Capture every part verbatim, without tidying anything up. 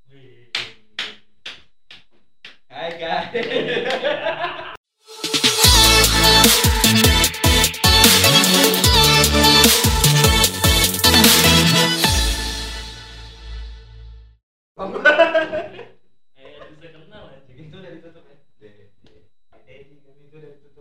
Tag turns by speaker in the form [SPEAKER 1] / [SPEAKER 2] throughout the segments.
[SPEAKER 1] Hai guys.
[SPEAKER 2] Eh, bisa kenal aja.
[SPEAKER 1] Itu udah ditutup ya. Dedi kan itu udah ditutup.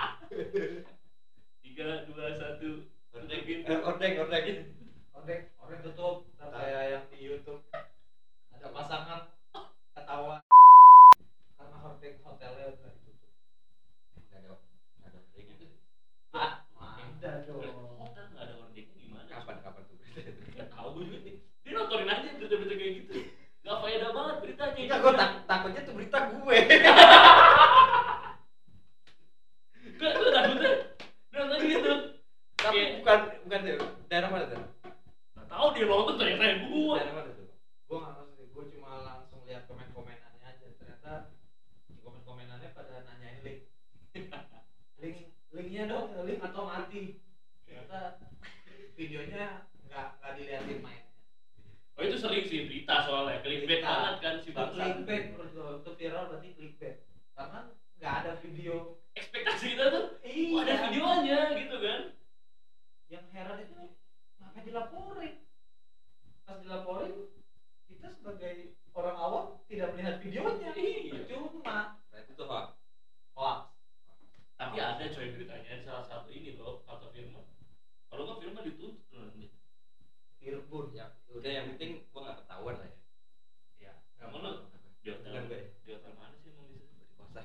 [SPEAKER 2] Tiga, dua, satu. Ordekin.
[SPEAKER 1] Eh, ordek, ordek. Ordek, ordek tutup. Ntar kayak yang di YouTube ada pasangan ketawa karena ordek hotelnya udah ditutup. Enggak ada, enggak ada ordeknya tuh. Ah, ada dong.
[SPEAKER 2] Hotel nggak ada ordeknya gimana?
[SPEAKER 1] Kapan kapan tuh?
[SPEAKER 2] Nggak tahu gue juga nih. Dia nontonin aja berita-berita kayak gitu. Gak faedah banget beritanya.
[SPEAKER 1] Enggak, gue tak, takutnya tuh berita gue.
[SPEAKER 2] Gak, gue takutnya nonton gitu.
[SPEAKER 1] Tapi
[SPEAKER 2] Kayak-
[SPEAKER 1] bukan bukan tuh. Daerah mana tuh?
[SPEAKER 2] Gak tahu dia nonton ternyata gue.
[SPEAKER 1] Daerah mana tuh? Gue nggak ngerti. Gue cuma langsung lihat komen-komenannya aja. Ternyata di komen-komenannya pada nanyain link. link linknya dong, link atau mati. Ternyata videonya nggak nggak diliatin mainnya.
[SPEAKER 2] Oh itu sering sih berita soalnya clickbait
[SPEAKER 1] Berita.
[SPEAKER 2] banget kan si
[SPEAKER 1] Bang,
[SPEAKER 2] bangsa.
[SPEAKER 1] clickbait menurut gue itu viral berarti clickbait. Karena nggak ada video.
[SPEAKER 2] Ekspektasi kita tuh,
[SPEAKER 1] Iya.
[SPEAKER 2] oh, ada videonya gitu kan.
[SPEAKER 1] Yang heran itu ngapain dilaporin? Pas dilaporin kita sebagai orang awam tidak melihat videonya.
[SPEAKER 2] Iya.
[SPEAKER 1] Cuma berarti itu hoax. Hoax.
[SPEAKER 2] Tapi ada coy beritanya salah satu ini loh kata Firman. Kalau nggak Firman dituntut loh nanti.
[SPEAKER 1] Irbun ya. Udah yang penting gua nggak ketahuan lah ya.
[SPEAKER 2] Ya, kamu lo di hotel
[SPEAKER 1] Bukan gue.
[SPEAKER 2] di hotel mana sih emang di situ?
[SPEAKER 1] Di kosan.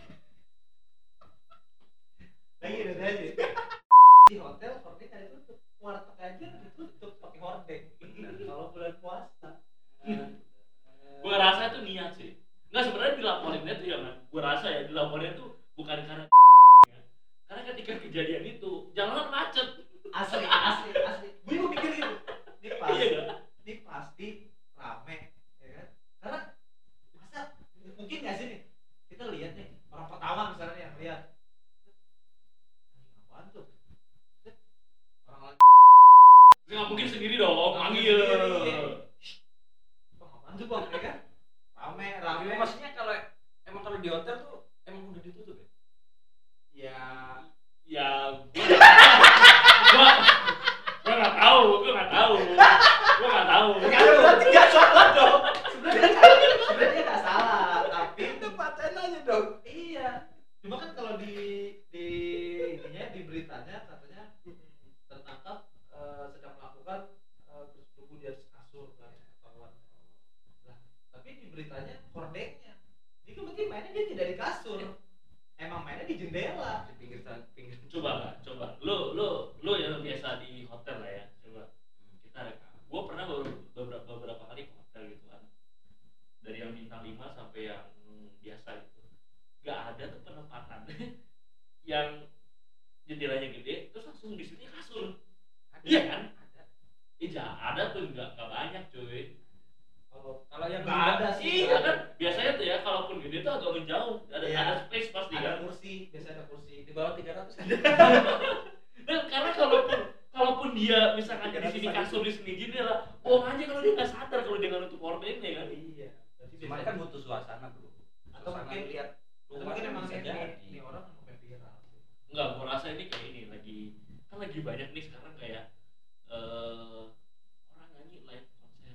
[SPEAKER 1] Lagi udah aja. Di hotel hordeng ada tutup. Warteg aja ditutup pakai hordeng. Kalau bulan puasa.
[SPEAKER 2] Gue rasa itu niat sih. Nggak sebenarnya dilaporinnya tuh ya man. Gue rasa ya dilaporinnya tuh bukan karena ya. Karena ketika kejadian itu jalanan macet.
[SPEAKER 1] Asli, asli, asli. Gue juga mikir gitu. Ini pasti,
[SPEAKER 2] Iya nggak?
[SPEAKER 1] ini pasti rame, ya kan? Karena masa mungkin nggak sih nih kita lihat nih orang pertama misalnya yang lihat, anjing apaan tuh? Orang lagi
[SPEAKER 2] Nggak mungkin sendiri dong, manggil.
[SPEAKER 1] Bang apaan tuh bang, ya kan? Rame, rame.
[SPEAKER 3] Maksudnya kalau emang kalau di hotel tuh emang udah ditutup ya?
[SPEAKER 1] Ya,
[SPEAKER 2] Ya, gue gue gue nggak tahu, gue nggak tahu, gue nggak tahu.
[SPEAKER 1] nggak berarti nggak salah dong. Sebenarnya sebenarnya nggak salah, tapi
[SPEAKER 3] Itu paten aja dong.
[SPEAKER 1] iya. Cuma kan kalau di di ininya di beritanya katanya tertangkap eh, sedang melakukan eh, bersetubuh di atas kasur kan ketahuan. Lah, tapi di beritanya hordengnya. Ini kan berarti mainnya dia tidak di kasur. Emang mainnya di jendela.
[SPEAKER 3] Di pinggir sana, pinggir.
[SPEAKER 2] Coba lah, coba. Lo lo lo yang biasa di hotel lah ya. Coba kita rekam. Gue pernah beberapa, beberapa beberapa kali ke hotel gitu kan. Dari yang bintang lima sampai yang biasa gitu. Gak ada tuh penempatan yang jendelanya gede terus langsung di sini kasur. Iya kan?
[SPEAKER 3] Ada.
[SPEAKER 2] Iya, ada tuh nggak nggak banyak cuy.
[SPEAKER 1] Kalau
[SPEAKER 3] Kalau yang
[SPEAKER 1] nggak
[SPEAKER 3] beda-
[SPEAKER 1] ada sih.
[SPEAKER 2] Iya kan? Biasanya tuh ya kalaupun gede tuh agak menjauh. Ada
[SPEAKER 1] Iya.
[SPEAKER 2] ada space pasti
[SPEAKER 1] ada
[SPEAKER 2] kan.
[SPEAKER 1] kursi, biasa ada kursi.
[SPEAKER 3] di bawah tiga ratus ada.
[SPEAKER 2] Dan karena kalaupun kalaupun dia misalkan di sini kasur di sini jendela, bohong aja kalau dia nggak sadar kalau dia nggak nutup hordennya kan.
[SPEAKER 1] Iya. Berarti
[SPEAKER 3] Cuman
[SPEAKER 1] biasanya-
[SPEAKER 3] kan butuh suasana bro.
[SPEAKER 1] atau
[SPEAKER 3] Suasana
[SPEAKER 1] mungkin
[SPEAKER 3] lihat
[SPEAKER 1] atau
[SPEAKER 3] rumah
[SPEAKER 1] mungkin
[SPEAKER 3] kan
[SPEAKER 1] emang
[SPEAKER 3] bisa
[SPEAKER 1] ini,
[SPEAKER 3] jadi.
[SPEAKER 1] ini orang sampai viral.
[SPEAKER 2] Enggak, gua rasa ini kayak ini lagi kan lagi banyak nih sekarang kayak eh orang nyanyi live konser.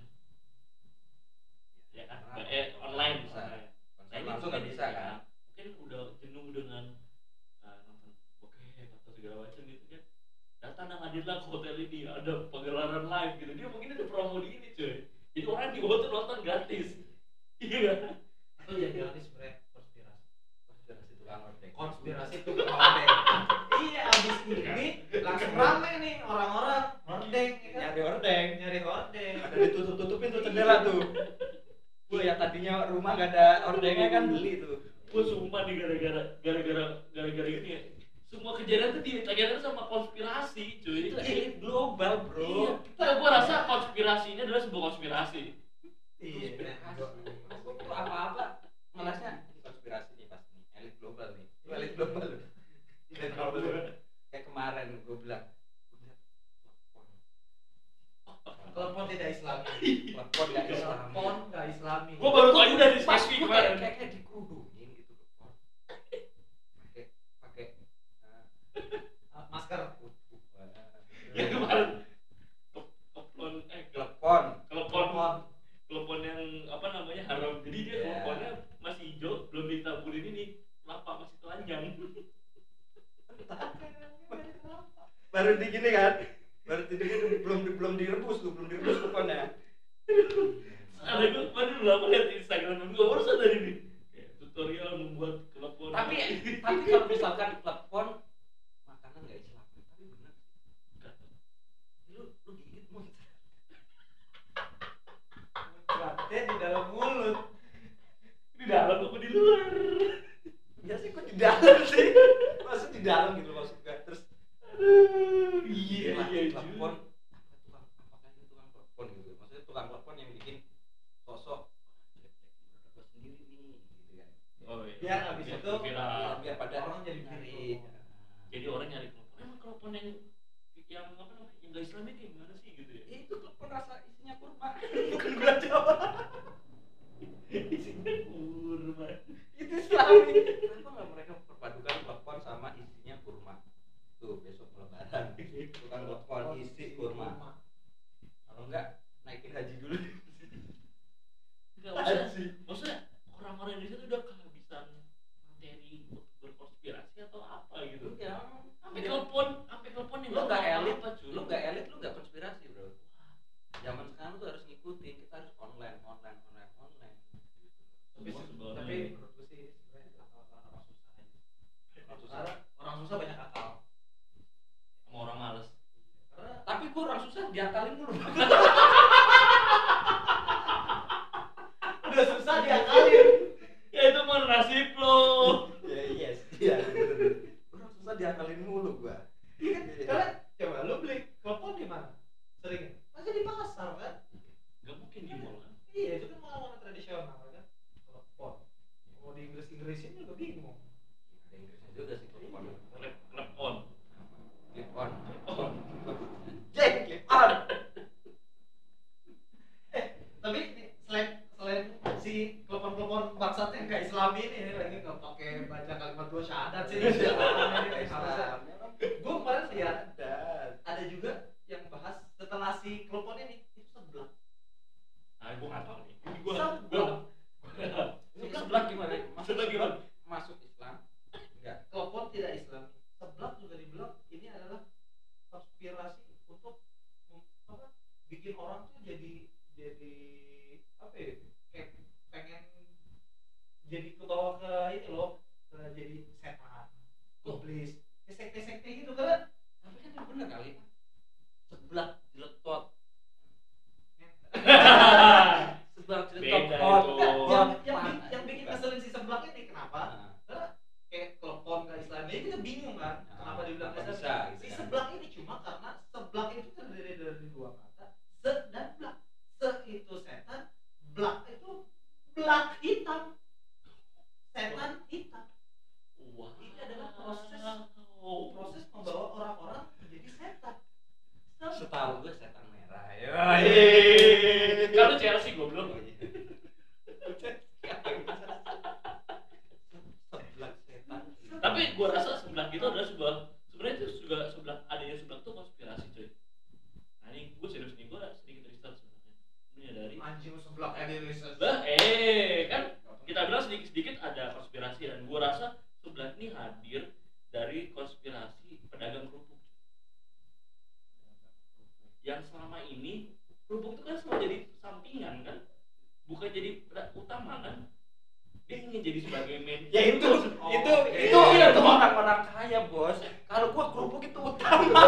[SPEAKER 2] Ya kan?
[SPEAKER 3] Orang-
[SPEAKER 2] Eh online
[SPEAKER 3] bisa.
[SPEAKER 2] online.
[SPEAKER 3] Konser
[SPEAKER 2] Nah, ini
[SPEAKER 3] langsung
[SPEAKER 2] mungkin
[SPEAKER 3] nggak bisa
[SPEAKER 2] ya,
[SPEAKER 3] kan?
[SPEAKER 2] Mungkin udah jenuh dengan uh, nonton bokep atau segala macam gitu kan. Datang dan hadirlah ke hotel ini ada pagelaran live gitu. Dia mungkin ada promo di ini cuy. Jadi orang di hotel nonton gratis. Iya kan?
[SPEAKER 1] Atau jangan ini sebenarnya konspirasi.
[SPEAKER 3] Konspirasi tukang ordeng.
[SPEAKER 1] Konspirasi itu hordeng. Iya, abis ini langsung rame nih orang-orang hordeng, ya kan?
[SPEAKER 3] Nyari ordeng.
[SPEAKER 1] Nyari hordeng.
[SPEAKER 3] Ada ditutup-tutupin tuh jendela tuh. Gue ya tadinya rumah gak ada ordengnya kan beli tuh.
[SPEAKER 2] Gue sumpah nih gara-gara gara-gara gara-gara ini ya. Semua kejadian tuh ditanyakan sama konspirasi cuy.
[SPEAKER 3] Itu elit global bro.
[SPEAKER 2] Iya. Kita gua rasa konspirasi ini adalah sebuah konspirasi.
[SPEAKER 1] Iya.
[SPEAKER 3] Itu apa-apa ngelasnya ini konspirasi nih pas nih elit global nih. Lu elit global lu. Elit global. Kayak kemarin gue bilang, gue bilang,
[SPEAKER 1] Telepon tidak islami.
[SPEAKER 3] telepon klepon nggak islami.
[SPEAKER 1] Klepon nggak islami.
[SPEAKER 2] Gua baru tahu dari
[SPEAKER 3] Pas
[SPEAKER 2] spesifik
[SPEAKER 3] gua
[SPEAKER 2] kemarin.
[SPEAKER 3] kayak kayak kayak dikerudungin gitu klepon. Pakai pakai
[SPEAKER 1] Uh, masker.
[SPEAKER 2] Ya kemarin telepon eh
[SPEAKER 3] klepon.
[SPEAKER 2] telepon telepon yang apa namanya haram. Jadi dia
[SPEAKER 3] Yeah.
[SPEAKER 2] teleponnya masih hijau, belum ditaburin ini kelapa masih telanjang.
[SPEAKER 3] Baru di gini kan. Baru di gini belum belum direbus tuh, belum direbus keleponnya.
[SPEAKER 2] Ada gue kemarin lama lihat di Instagram gue baru sadar ini. Kayak tutorial membuat telepon.
[SPEAKER 3] Tapi tapi kalau misalkan klepon makanan nggak islami, tapi benar. Lu lu gigit mulut.
[SPEAKER 1] Beratnya di dalam mulut.
[SPEAKER 2] Di dalam apa di luar?
[SPEAKER 3] Ya sih kok di dalam sih. Maksud di dalam gitu maksud gue. Terus
[SPEAKER 2] Aduh, iya
[SPEAKER 3] lah,
[SPEAKER 2] iya
[SPEAKER 3] klepon
[SPEAKER 2] cuy.
[SPEAKER 3] apa tukang apakah ini tukang klepon gitu. Maksudnya tukang klepon yang bikin sosok jelek-jelek gue sendiri nih gitu kan.
[SPEAKER 2] Oh iya.
[SPEAKER 1] Biar abis
[SPEAKER 2] Biar
[SPEAKER 1] itu
[SPEAKER 2] viral.
[SPEAKER 3] Biar, biar pada
[SPEAKER 1] orang jadi
[SPEAKER 3] nyari.
[SPEAKER 1] curi.
[SPEAKER 2] Jadi orang nyari telepon. Emang telepon yang yang apa namanya? Yang gak Islami kayak gimana sih gitu ya?
[SPEAKER 3] Itu klepon rasa isinya kurma. Bukan gula Jawa.
[SPEAKER 2] Isinya kurma.
[SPEAKER 3] Itu islami. Kenapa nggak mereka perpadukan klepon sama isinya kurma? Tuh besok lebaran tukang klepon isi kurma. Kalau enggak naikin haji dulu.
[SPEAKER 2] Enggak maksudnya, maksudnya orang-orang Indonesia tuh udah kehabisan materi untuk berkonspirasi atau apa gitu.
[SPEAKER 3] Ya,
[SPEAKER 2] Sampai telepon, sampai telepon yang
[SPEAKER 3] lu nggak
[SPEAKER 2] tahu
[SPEAKER 3] elit,
[SPEAKER 2] apa, cuy.
[SPEAKER 3] lu nggak elit, lu nggak konspirasi bro. Zaman sekarang tuh harus ngikutin, kita harus online, online, online, online.
[SPEAKER 1] Tapi,
[SPEAKER 2] Semua sebenarnya.
[SPEAKER 1] tapi menurut gue sih sebenarnya akal-akalan orang susah aja.
[SPEAKER 3] Orang susah.
[SPEAKER 1] Karena orang susah banyak akal.
[SPEAKER 2] Sama orang males.
[SPEAKER 1] Karena
[SPEAKER 3] Tapi gua orang susah diakalin dulu.
[SPEAKER 1] udah susah diakalin.
[SPEAKER 2] Ya itu mah nasib lo.
[SPEAKER 3] Ya yes, iya. bener. Orang susah diakalin mulu gua.
[SPEAKER 1] Iya kan? Karena coba lu beli telepon di mana? Sering. Pasti di pasar kan?
[SPEAKER 2] Gak mungkin di mall kan?
[SPEAKER 1] Iya, itu kan makanan tradisional kan. Telepon. Mau di Inggris-Inggrisin juga bingung.
[SPEAKER 3] Ada Inggrisnya juga sih klepon.
[SPEAKER 2] Klep klep on.
[SPEAKER 3] Clip on.
[SPEAKER 2] On.
[SPEAKER 3] Jeng, clip on.
[SPEAKER 1] Eh, tapi nih, selain selain si telepon-telepon bangsat yang gak Islami ini lagi nggak pakai baca kalimat dua syahadat sih. Gue kemarin lihat ada juga yang bahas setelah si telepon ini itu sebelah.
[SPEAKER 2] Ah, gua nggak tahu nih. Ini gua
[SPEAKER 1] Sebelah.
[SPEAKER 2] gua
[SPEAKER 3] Ini sebelah gimana?
[SPEAKER 2] Sebelah gimana?
[SPEAKER 3] Masuk Islam? Enggak.
[SPEAKER 1] Telepon tidak Islam. Sebelah juga dibilang ini adalah konspirasi untuk mem- apa? Bikin orang tuh jadi jadi apa ya? Kayak pengen jadi ke bawah ke ini loh, ke jadi setan, iblis, ke sekte-sekte gitu kan?
[SPEAKER 3] Tapi kan yang bener kali. Sebelah jeletot. Sebelah jeletot.
[SPEAKER 2] Beda
[SPEAKER 3] hot.
[SPEAKER 2] itu.
[SPEAKER 1] Yang, yang,
[SPEAKER 3] Hot.
[SPEAKER 1] yang, bi- yang bikin ngeselin si sebelah ini kenapa?
[SPEAKER 3] Nah,
[SPEAKER 1] Karena kayak telepon ke Islam ini kita bingung kan?
[SPEAKER 3] Nah,
[SPEAKER 1] Kenapa dibilang
[SPEAKER 3] kenapa
[SPEAKER 1] Islam?
[SPEAKER 3] bisa, gitu
[SPEAKER 1] Si
[SPEAKER 3] kan?
[SPEAKER 1] sebelah ini cuma karena sebelah itu terdiri dari dua kata, se dan blak. Se itu setan, blak itu blak hitam. Setan hitam.
[SPEAKER 2] Wah.
[SPEAKER 1] Ini adalah proses proses membawa orang-orang menjadi setan.
[SPEAKER 3] setahu gue setan merah.
[SPEAKER 2] Kalau Chelsea goblok.
[SPEAKER 3] Sebelah setan.
[SPEAKER 2] Tapi gua rasa sebelah itu adalah sebuah sebenarnya itu juga sebelah adanya sebelah itu konspirasi coy. Nah ini gua serius nih, gua sedikit riset sebenarnya. Ini dari
[SPEAKER 1] Anjing sebelah Edelis.
[SPEAKER 2] lah eh kan kita bilang sedikit-sedikit ada konspirasi dan gua rasa sebelah ini hadir dari konspirasi pedagang kerupuk. Yang selama ini kerupuk itu kan selalu jadi sampingan kan, bukan jadi utama kan. Dia ingin jadi sebagai main.
[SPEAKER 3] Ya itu,
[SPEAKER 1] Oh,
[SPEAKER 3] itu,
[SPEAKER 1] oke.
[SPEAKER 3] itu, itu orang-orang kaya bos. Kalau gua kerupuk itu utama.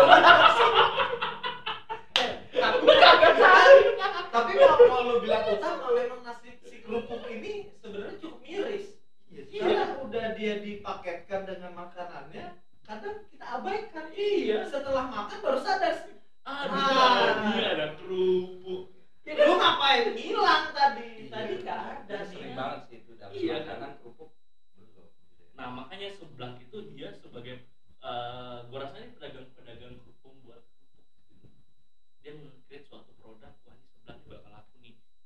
[SPEAKER 1] Tapi tapi kalau kalau lu bilang utama memang nasi si kerupuk ini sebenarnya cukup miris. Karena udah dia dipaketkan dengan makanannya, kadang kita abaikan.
[SPEAKER 2] Iya.
[SPEAKER 1] Setelah makan baru sadar sih.
[SPEAKER 2] Aduh,
[SPEAKER 1] Ah.
[SPEAKER 2] ini ada kerupuk.
[SPEAKER 1] Ya lu ngapain ngilang tadi? Tadi nggak ada nih.
[SPEAKER 3] Sering banget sih itu dalam
[SPEAKER 2] Iya,
[SPEAKER 3] makanan kerupuk. Belum.
[SPEAKER 2] Nah makanya sebelah itu dia sebagai uh, gua rasanya pedagang-pedagang kerupuk buat kerupuk gitu. Dia nge-create suatu produk, wah ini sebelah ini bakal laku nih.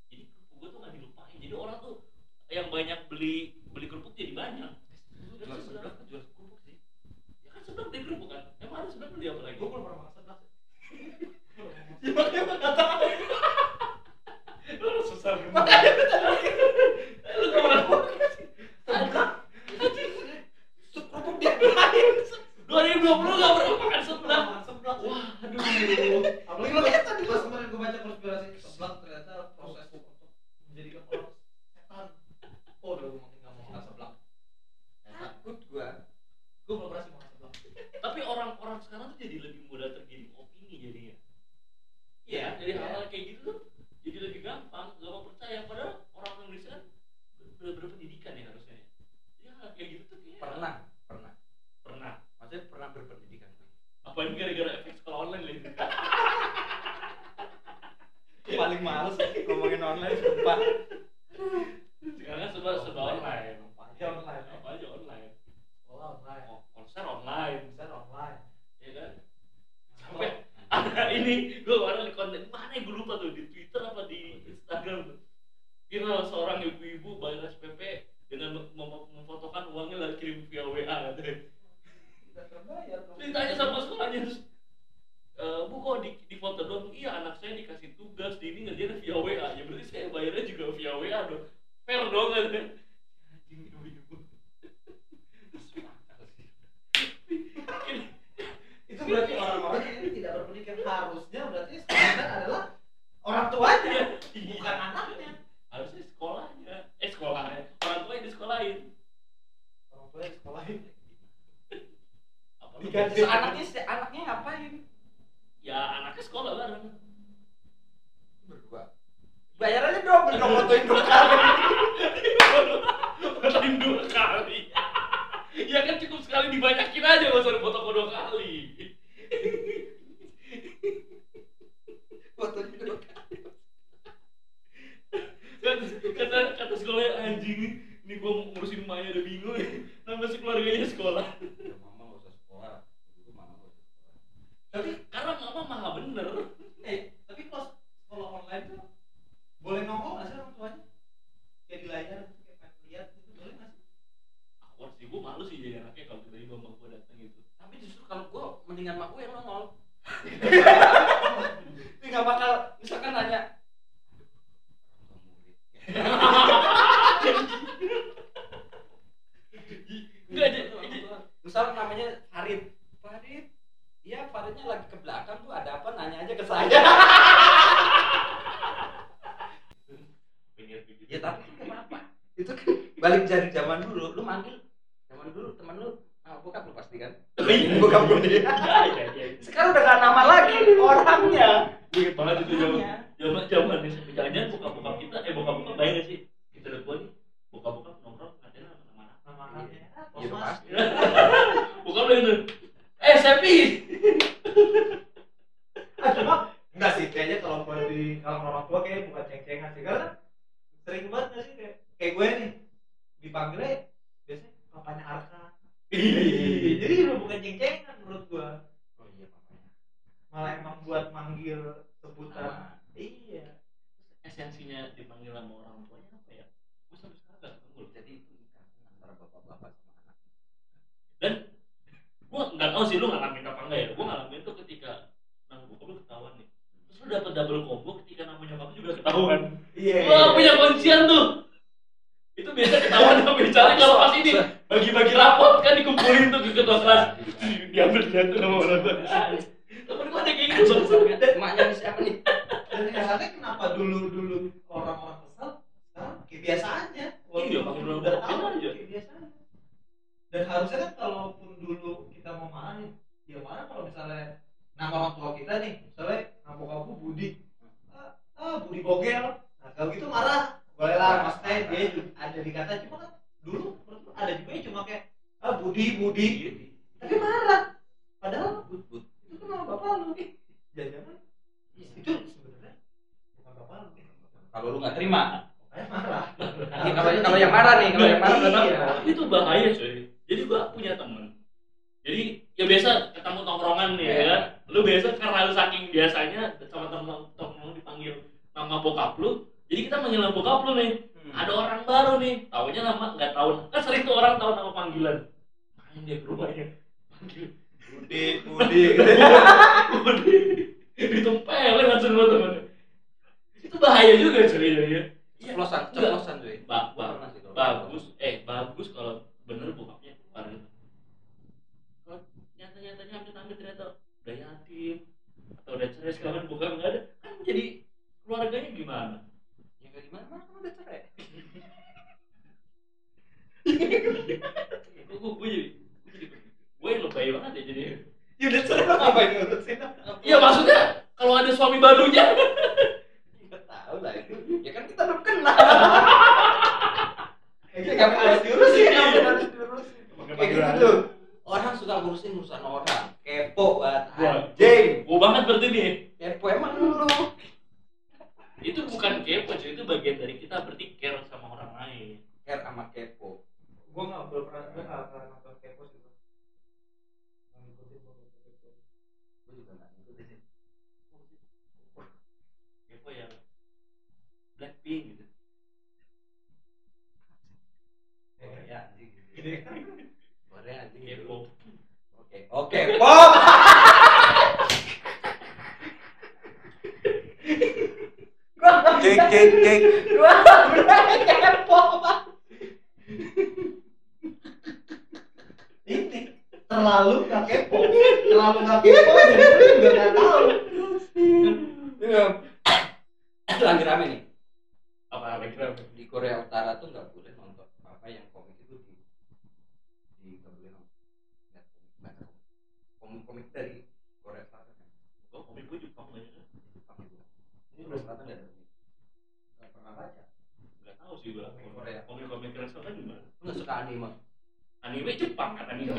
[SPEAKER 2] yang banyak beli beli kerupuk jadi banyak.
[SPEAKER 3] Jual seblak, jual kerupuk sih.
[SPEAKER 2] Ya kan seblak beli kerupuk kan. Emang ada seblak beli apa lagi?
[SPEAKER 1] Gue belum pernah makan seblak.
[SPEAKER 2] Ya makanya emang nggak tahu. Lu harus susah banget.
[SPEAKER 1] Makanya
[SPEAKER 2] Lu nggak pernah makan sih.
[SPEAKER 1] seblak. Sup kerupuk dia lain.
[SPEAKER 2] dua ribu dua puluh nggak pernah makan seblak.
[SPEAKER 1] Makan seblak.
[SPEAKER 2] Wah, aduh.
[SPEAKER 1] Apalagi makanya tadi pas kemarin gue baca konspirasi seblak ternyata proses untuk menjadikan orang setan. Oh, udah gue makin nggak mau makan seblak.
[SPEAKER 3] Takut gua.
[SPEAKER 1] Gue belum pernah sih makan seblak.
[SPEAKER 2] Tapi orang-orang sekarang tuh jadi lebih mudah tergiring opini jadinya.
[SPEAKER 1] Iya,
[SPEAKER 2] Jadi
[SPEAKER 1] iya.
[SPEAKER 2] hal-hal kayak gitu tuh jadi lebih gampang, gak mau percaya. Padahal orang Indonesia kan ber- berpendidikan ya harusnya. Jadi hal kayak gitu tuh kayaknya
[SPEAKER 3] Pernah, pernah.
[SPEAKER 2] pernah.
[SPEAKER 3] Maksudnya pernah berpendidikan.
[SPEAKER 2] Apa ini gara-gara efek sekolah online lagi?
[SPEAKER 3] Paling males ngomongin online sumpah.
[SPEAKER 2] Sekarang kan serba serba online.
[SPEAKER 1] Apa aja online.
[SPEAKER 2] Apa aja online.
[SPEAKER 1] Sekolah online.
[SPEAKER 2] Ko- Konser online,
[SPEAKER 1] Konser online.
[SPEAKER 2] ya kan? Sampai ada ini, gue kemarin di konten mana yang gue lupa tuh di Twitter apa di Instagram tuh. Viral seorang ibu-ibu bayar S P P dengan mem- mem- memfotokan uangnya lalu kirim via W A katanya.
[SPEAKER 1] Tidak terbayar. dong.
[SPEAKER 2] Ditanya sama sekolahnya terus, e, bu kok di, di foto dong? Iya anak saya dikasih tugas di ini ngerjain via W A. Ya berarti saya bayarnya juga via W A dong. Fair dong katanya. Anjing ibu-ibu.
[SPEAKER 1] Itu berarti orang-orang yang tidak berpendidikan harusnya berarti sekarang adalah orang tuanya, bukan anaknya.
[SPEAKER 2] Harusnya sekolahnya, eh sekolahnya, orang tua yang disekolahin.
[SPEAKER 1] Orang tua yang sekolahin.
[SPEAKER 2] Apa lu-
[SPEAKER 1] Diganti.
[SPEAKER 3] Terus anaknya anaknya ngapain?
[SPEAKER 2] Ya anaknya sekolah bareng.
[SPEAKER 3] Berdua. Bayarannya double dong fotoin dua kali.
[SPEAKER 2] Fotoin dua kali. Ya kan cukup sekali dibanyakin aja nggak usah foto dua kali.
[SPEAKER 3] Fotoin dua kali.
[SPEAKER 2] Kata kata, kata sekolahnya anjing, ini gua mau ngurusin emaknya udah bingung. Nama sekeluarganya sekolah.
[SPEAKER 3] Ya mama nggak usah sekolah. Itu mama nggak usah sekolah.
[SPEAKER 1] Tapi
[SPEAKER 2] Karena mama maha bener.
[SPEAKER 1] eh tapi kalau sekolah online tuh boleh nongol nggak sih orang tuanya? Kayak di layar gitu, kayak pengen lihat gitu boleh nggak sih?
[SPEAKER 2] Awal sih gua malu sih jadi anaknya kalau tiba-tiba emak gua datang gitu.
[SPEAKER 3] Tapi justru kalau gua mendingan mak gua yang nongol. Ini nggak bakal misalkan nanya. Orang tua murid.
[SPEAKER 2] Enggak aja.
[SPEAKER 3] Misal namanya Farid. Farid. Iya, Faridnya lagi ke belakang tuh ada apa nanya aja ke saya. Ya tapi kan nggak apa-apa. Itu kan balik dari zaman dulu. Lu manggil zaman dulu teman lu nama bokap lu pasti kan? Bokap lu dia. Sekarang udah gak nama lagi orangnya.
[SPEAKER 2] Gue inget banget itu zaman
[SPEAKER 3] Orangnya.
[SPEAKER 2] zaman zaman nih sampai jangan bokap-bokap kita eh bokap-bokap bayang gak sih? Kita udah tua nih, bokap-bokap nongkrong ngatain nama anak.
[SPEAKER 1] Nama anaknya.
[SPEAKER 3] Iya
[SPEAKER 1] Mas.
[SPEAKER 3] pasti.
[SPEAKER 2] Bokap lu itu. Eh Sepi.
[SPEAKER 1] Ah, cuma enggak sih kayaknya kalau buat di kalau orang tua kayaknya bukan ceng-cengan sih karena sering banget nggak sih kayak kayak gue nih dipanggilnya biasanya papanya Arka. Jadi udah bukan ceng-cengan menurut gue,
[SPEAKER 3] Oh iya papanya.
[SPEAKER 1] malah emang buat manggil sebutan.
[SPEAKER 3] Nama.
[SPEAKER 1] Iya.
[SPEAKER 2] Esensinya dipanggil sama orang tuanya apa ya? Gue sampai sekarang gak ketemu loh.
[SPEAKER 3] Jadi itu ikatan antara bapak-bapak sama anak.
[SPEAKER 2] Dan gue nggak tahu sih lu ngalamin apa enggak ya. Gue ngalamin tuh ketika nama bokap lu ketahuan nih. Terus lu dapet double combo ketika nama nyokap lu juga ketahuan.
[SPEAKER 1] Iya.
[SPEAKER 2] Wah punya kuncian tuh. Itu biasa ketahuan sama bicara kalau pas ini bagi-bagi rapot kan dikumpulin tuh ke ketua kelas. Diambil jatuh nama orang tua. Temen gue ada kayak gitu.
[SPEAKER 3] Emaknya nih siapa nih?
[SPEAKER 1] Dan herannya kenapa dulu dulu orang-orang kesal sekarang kayak biasa aja.
[SPEAKER 2] Iya, pakai dulu
[SPEAKER 1] udah
[SPEAKER 2] bokapin
[SPEAKER 1] tahu
[SPEAKER 2] aja.
[SPEAKER 1] kayak biasa aja. Dan harusnya kan kalaupun dulu kita mau marah nih, ya marah kalau misalnya nama orang tua kita nih, misalnya nama kamu Budi, ah, ah Budi Bogel, nah kalau gitu marah, boleh lah, maksudnya dia juga ada dikata cuma kan dulu menurut lu ada juga yang cuma kayak ah Budi Budi, tapi marah, padahal
[SPEAKER 3] But but.
[SPEAKER 1] itu kan nama bapak lu, jangan-jangan itu sebenarnya bukan bapak lu,
[SPEAKER 3] Kalau lu nggak terima.
[SPEAKER 1] makanya marah.
[SPEAKER 3] Iya, kalau kalau yang marah nih, kalau yang marah berarti
[SPEAKER 1] Iya.
[SPEAKER 2] Tapi itu bahaya coy. Jadi gua punya temen. Jadi ya biasa ketemu tongkrongan nih ya kan. Lu biasa karena lu saking biasanya sama temen-temen dipanggil nama bokap lu. Jadi kita manggil nama bokap lu nih.
[SPEAKER 3] Hmm.
[SPEAKER 2] ada orang baru nih, taunya nama nggak tahu, kan sering tuh orang tahu nama panggilan, main dia ke rumahnya, panggil
[SPEAKER 3] Budi, Budi.
[SPEAKER 2] Budi, ditempelin langsung sama temennya, itu bahaya juga cuy ya.
[SPEAKER 3] Ceplosan, ceplosan cuy.
[SPEAKER 2] Ba ba bagus, eh bagus kalau bener bokapnya keluar gitu. Kalau nyata-nyatanya amit-amit ternyata udah yatim atau udah cerai sekarang bokap nggak ada, kan jadi keluarganya gimana?
[SPEAKER 3] Ya kayak gimana? Mana kan udah cerai.
[SPEAKER 2] Gue gue jadi gue jadi gue yang lebay banget ya jadi.
[SPEAKER 1] Ya udah cerai apa ini ngurusin?
[SPEAKER 2] Iya maksudnya kalau ada suami barunya.
[SPEAKER 3] Nggak tahu lah itu. Ya kan kita belum kenal.
[SPEAKER 1] Ini nggak harus diurusin,
[SPEAKER 3] Nggak harus diurusin. Kayak gitu tuh. Orang suka ngurusin urusan orang. Kepo banget. Anjing.
[SPEAKER 2] Gue banget berarti nih.
[SPEAKER 3] Kepo emang lu.
[SPEAKER 2] Itu bukan kepo cuy, itu bagian dari kita berarti care sama orang lain.
[SPEAKER 3] Care sama kepo.
[SPEAKER 1] Gue nggak belum pernah gue nggak pernah nonton kepo sih. Nggak ngikutin gue nonton kepo.
[SPEAKER 3] Gue juga nggak ngikutin.
[SPEAKER 2] Kepo yang Blackpink gitu.
[SPEAKER 3] Korea anjing. Korea anjing gitu.
[SPEAKER 2] Kepo.
[SPEAKER 3] Oke. Oke, pop. Cek cek cek.
[SPEAKER 1] Gua bener kepo Pak. Ini terlalu nggak kepo, terlalu nggak kepo jadi juga nggak tahu.
[SPEAKER 3] Lagi rame nih.
[SPEAKER 2] Apa lagi kenapa?
[SPEAKER 3] Di Korea Utara tuh nggak boleh nonton apa yang komik itu di di nggak boleh nonton. Nggak komik, nggak komik. Komik-komik dari Korea Selatan kan.
[SPEAKER 2] Oh komik gue Jepang banyak kan?
[SPEAKER 3] Jepang itu. Ini Korea Selatan nggak ada komik.
[SPEAKER 1] Nggak pernah baca.
[SPEAKER 2] Nggak tahu sih gue.
[SPEAKER 1] Komik Korea.
[SPEAKER 2] Komik-komik Korea Selatan gimana?
[SPEAKER 3] Lu nggak suka anime?
[SPEAKER 2] Anime Jepang kan anime.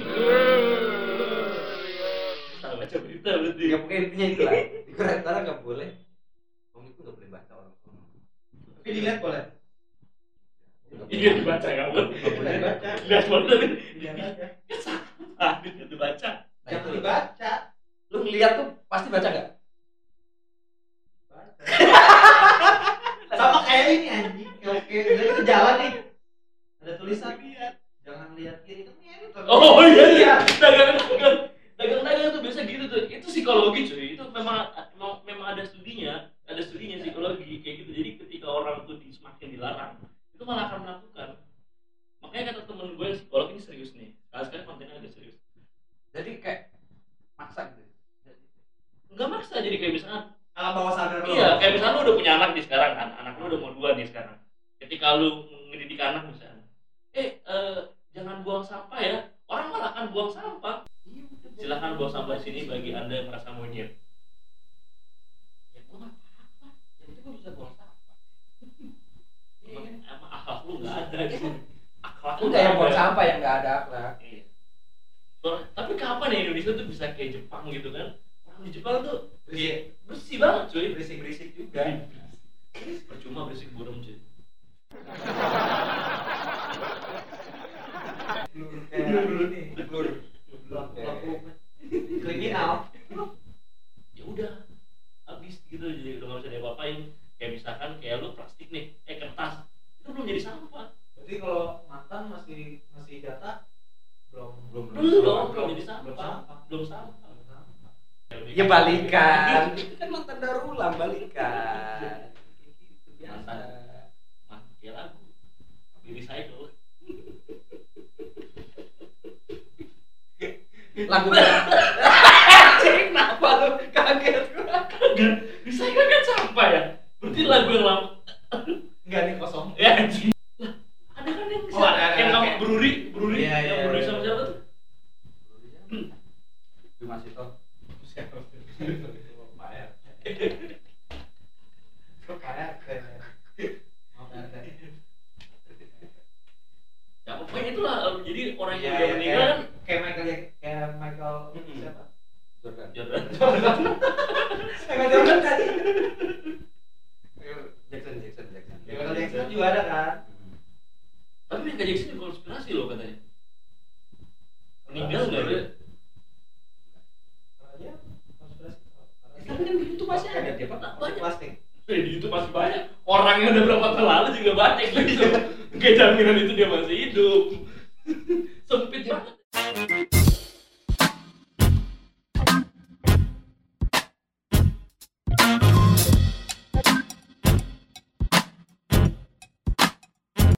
[SPEAKER 2] Salah baca berita berarti.
[SPEAKER 3] Ya pokoknya intinya itulah. Di Korea Utara nggak boleh. Komik itu nggak boleh baca orang.
[SPEAKER 1] Tapi dilihat boleh.
[SPEAKER 2] Iya dibaca nggak boleh.
[SPEAKER 1] Nggak boleh dibaca.
[SPEAKER 2] Lihat boleh tapi
[SPEAKER 1] Dilihat aja.
[SPEAKER 2] ah itu dibaca.
[SPEAKER 3] Nah,
[SPEAKER 1] Jangan
[SPEAKER 3] itu
[SPEAKER 1] dibaca.
[SPEAKER 3] lu ngeliat tuh pasti baca nggak?
[SPEAKER 1] Baca. Sama kayak ini anjing. Oke, udah kita jalan nih. Ada tulisan lihat. Jangan lihat kiri kan ini.
[SPEAKER 2] Oh iya iya. Dagang-dagang. Dagang-dagang tuh biasa gitu tuh. Itu psikologi cuy. Itu memang memang, memang ada studinya. Ada studinya psikologi kayak gitu. Jadi ketika orang tuh di, semakin dilarang, itu malah akan melakukan. Makanya kata temen gue yang psikolog ini serius nih. Sekali-sekali kontennya agak serius.
[SPEAKER 3] Jadi kayak maksa gitu.
[SPEAKER 2] Enggak maksa jadi kayak misalnya
[SPEAKER 1] alam bawah sadar lo.
[SPEAKER 2] iya, kayak misalnya lu udah punya anak nih sekarang kan. Anak lu udah mau dua nih sekarang. Ketika lu mendidik anak misalnya, eh, eh jangan buang sampah ya. Orang malah akan buang sampah. Silahkan buang sampah di sini bagi Anda yang merasa monyet. Ya gua nggak apa-apa. Yang penting gua bisa buang sampah. Emang emang akhlak lu nggak ada gitu. Akhlak lu
[SPEAKER 3] Udah yang buang
[SPEAKER 2] ada.
[SPEAKER 3] sampah yang nggak ada akhlak.
[SPEAKER 2] Iya. So, tapi kapan ya Indonesia tuh bisa kayak Jepang gitu kan? Orang di Jepang tuh
[SPEAKER 1] Berisik.
[SPEAKER 2] bersih banget cuy.
[SPEAKER 1] Berisik-berisik juga.
[SPEAKER 2] Percuma berisik burung cuy.
[SPEAKER 1] Blur kayak ini.
[SPEAKER 3] Blur.
[SPEAKER 1] Pelaku kriminal.
[SPEAKER 2] Ya udah habis gitu jadi udah nggak bisa diapa-apain. Kayak misalkan kayak lu plastik nih, eh kertas itu belum jadi sampah.
[SPEAKER 1] Berarti kalau mantan masih masih jatah belum
[SPEAKER 3] Belum
[SPEAKER 2] Belum dong, belum jadi
[SPEAKER 1] belum
[SPEAKER 2] sampah.
[SPEAKER 1] sampah.
[SPEAKER 2] Belum sampah.
[SPEAKER 3] Ya balikan. Itu kan mantan darulang balikan. Gitu biasa.
[SPEAKER 2] Mantan. Mantan kayak lagu. Di recycle.
[SPEAKER 3] Lagu anjing kenapa lu kaget gua?
[SPEAKER 2] Kaget. Recycle kan sampah ya. Berarti lagu yang lama.
[SPEAKER 1] Enggak nih kosong.
[SPEAKER 2] Ya anjing. Lah, ada kan yang
[SPEAKER 1] Oh, ada, ada,
[SPEAKER 2] yang
[SPEAKER 1] ada.
[SPEAKER 2] nama Bruri, Bruri,
[SPEAKER 1] Iya, iya,
[SPEAKER 2] yang Bruri
[SPEAKER 1] iya.
[SPEAKER 2] sama siapa tuh?
[SPEAKER 3] Bima Sito.
[SPEAKER 1] Siapa? Payah. Payah kayaknya. Maaf ya.
[SPEAKER 2] Ya pokoknya itulah jadi orang yang
[SPEAKER 1] Iya,
[SPEAKER 2] udah
[SPEAKER 1] iya,
[SPEAKER 2] meninggal
[SPEAKER 1] kayak-
[SPEAKER 2] kan
[SPEAKER 1] kayak Michael Jack- kayak Michael
[SPEAKER 3] Mm-mm.
[SPEAKER 1] siapa?
[SPEAKER 3] Jordan.
[SPEAKER 2] Jordan.
[SPEAKER 1] Michael Jordan kan?
[SPEAKER 3] Jackson Jackson Jackson.
[SPEAKER 1] Michael Jackson juga ada kan?
[SPEAKER 2] Tapi Michael Jackson juga konspirasi loh katanya. Meninggal nggak dia?
[SPEAKER 1] Karena dia konspirasi.
[SPEAKER 3] Kan kan itu masih ada dia Pak.
[SPEAKER 2] Banyak.
[SPEAKER 1] Plastik.
[SPEAKER 2] Eh, di YouTube masih banyak. Orang yang udah berapa tahun lalu juga banyak gitu. Kayak jaminan itu dia masih hidup. Sempit banget.